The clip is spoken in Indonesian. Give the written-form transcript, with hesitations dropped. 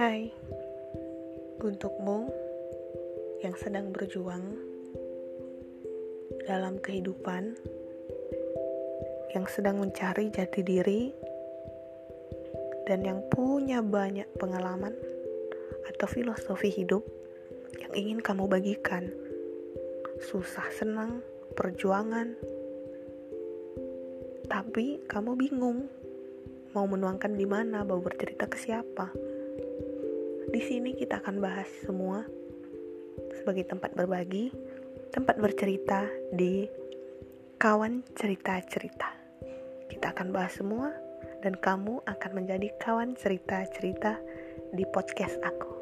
Hai, untukmu yang sedang berjuang dalam kehidupan, yang sedang mencari jati diri, dan yang punya banyak pengalaman atau filosofi hidup yang ingin kamu bagikan. Susah senang, perjuangan, tapi kamu bingung mau menuangkan di mana, mau bercerita ke siapa. Di sini kita akan bahas semua sebagai tempat berbagi, tempat bercerita di kawan cerita-cerita. Kita akan bahas semua dan kamu akan menjadi kawan cerita-cerita di podcast aku.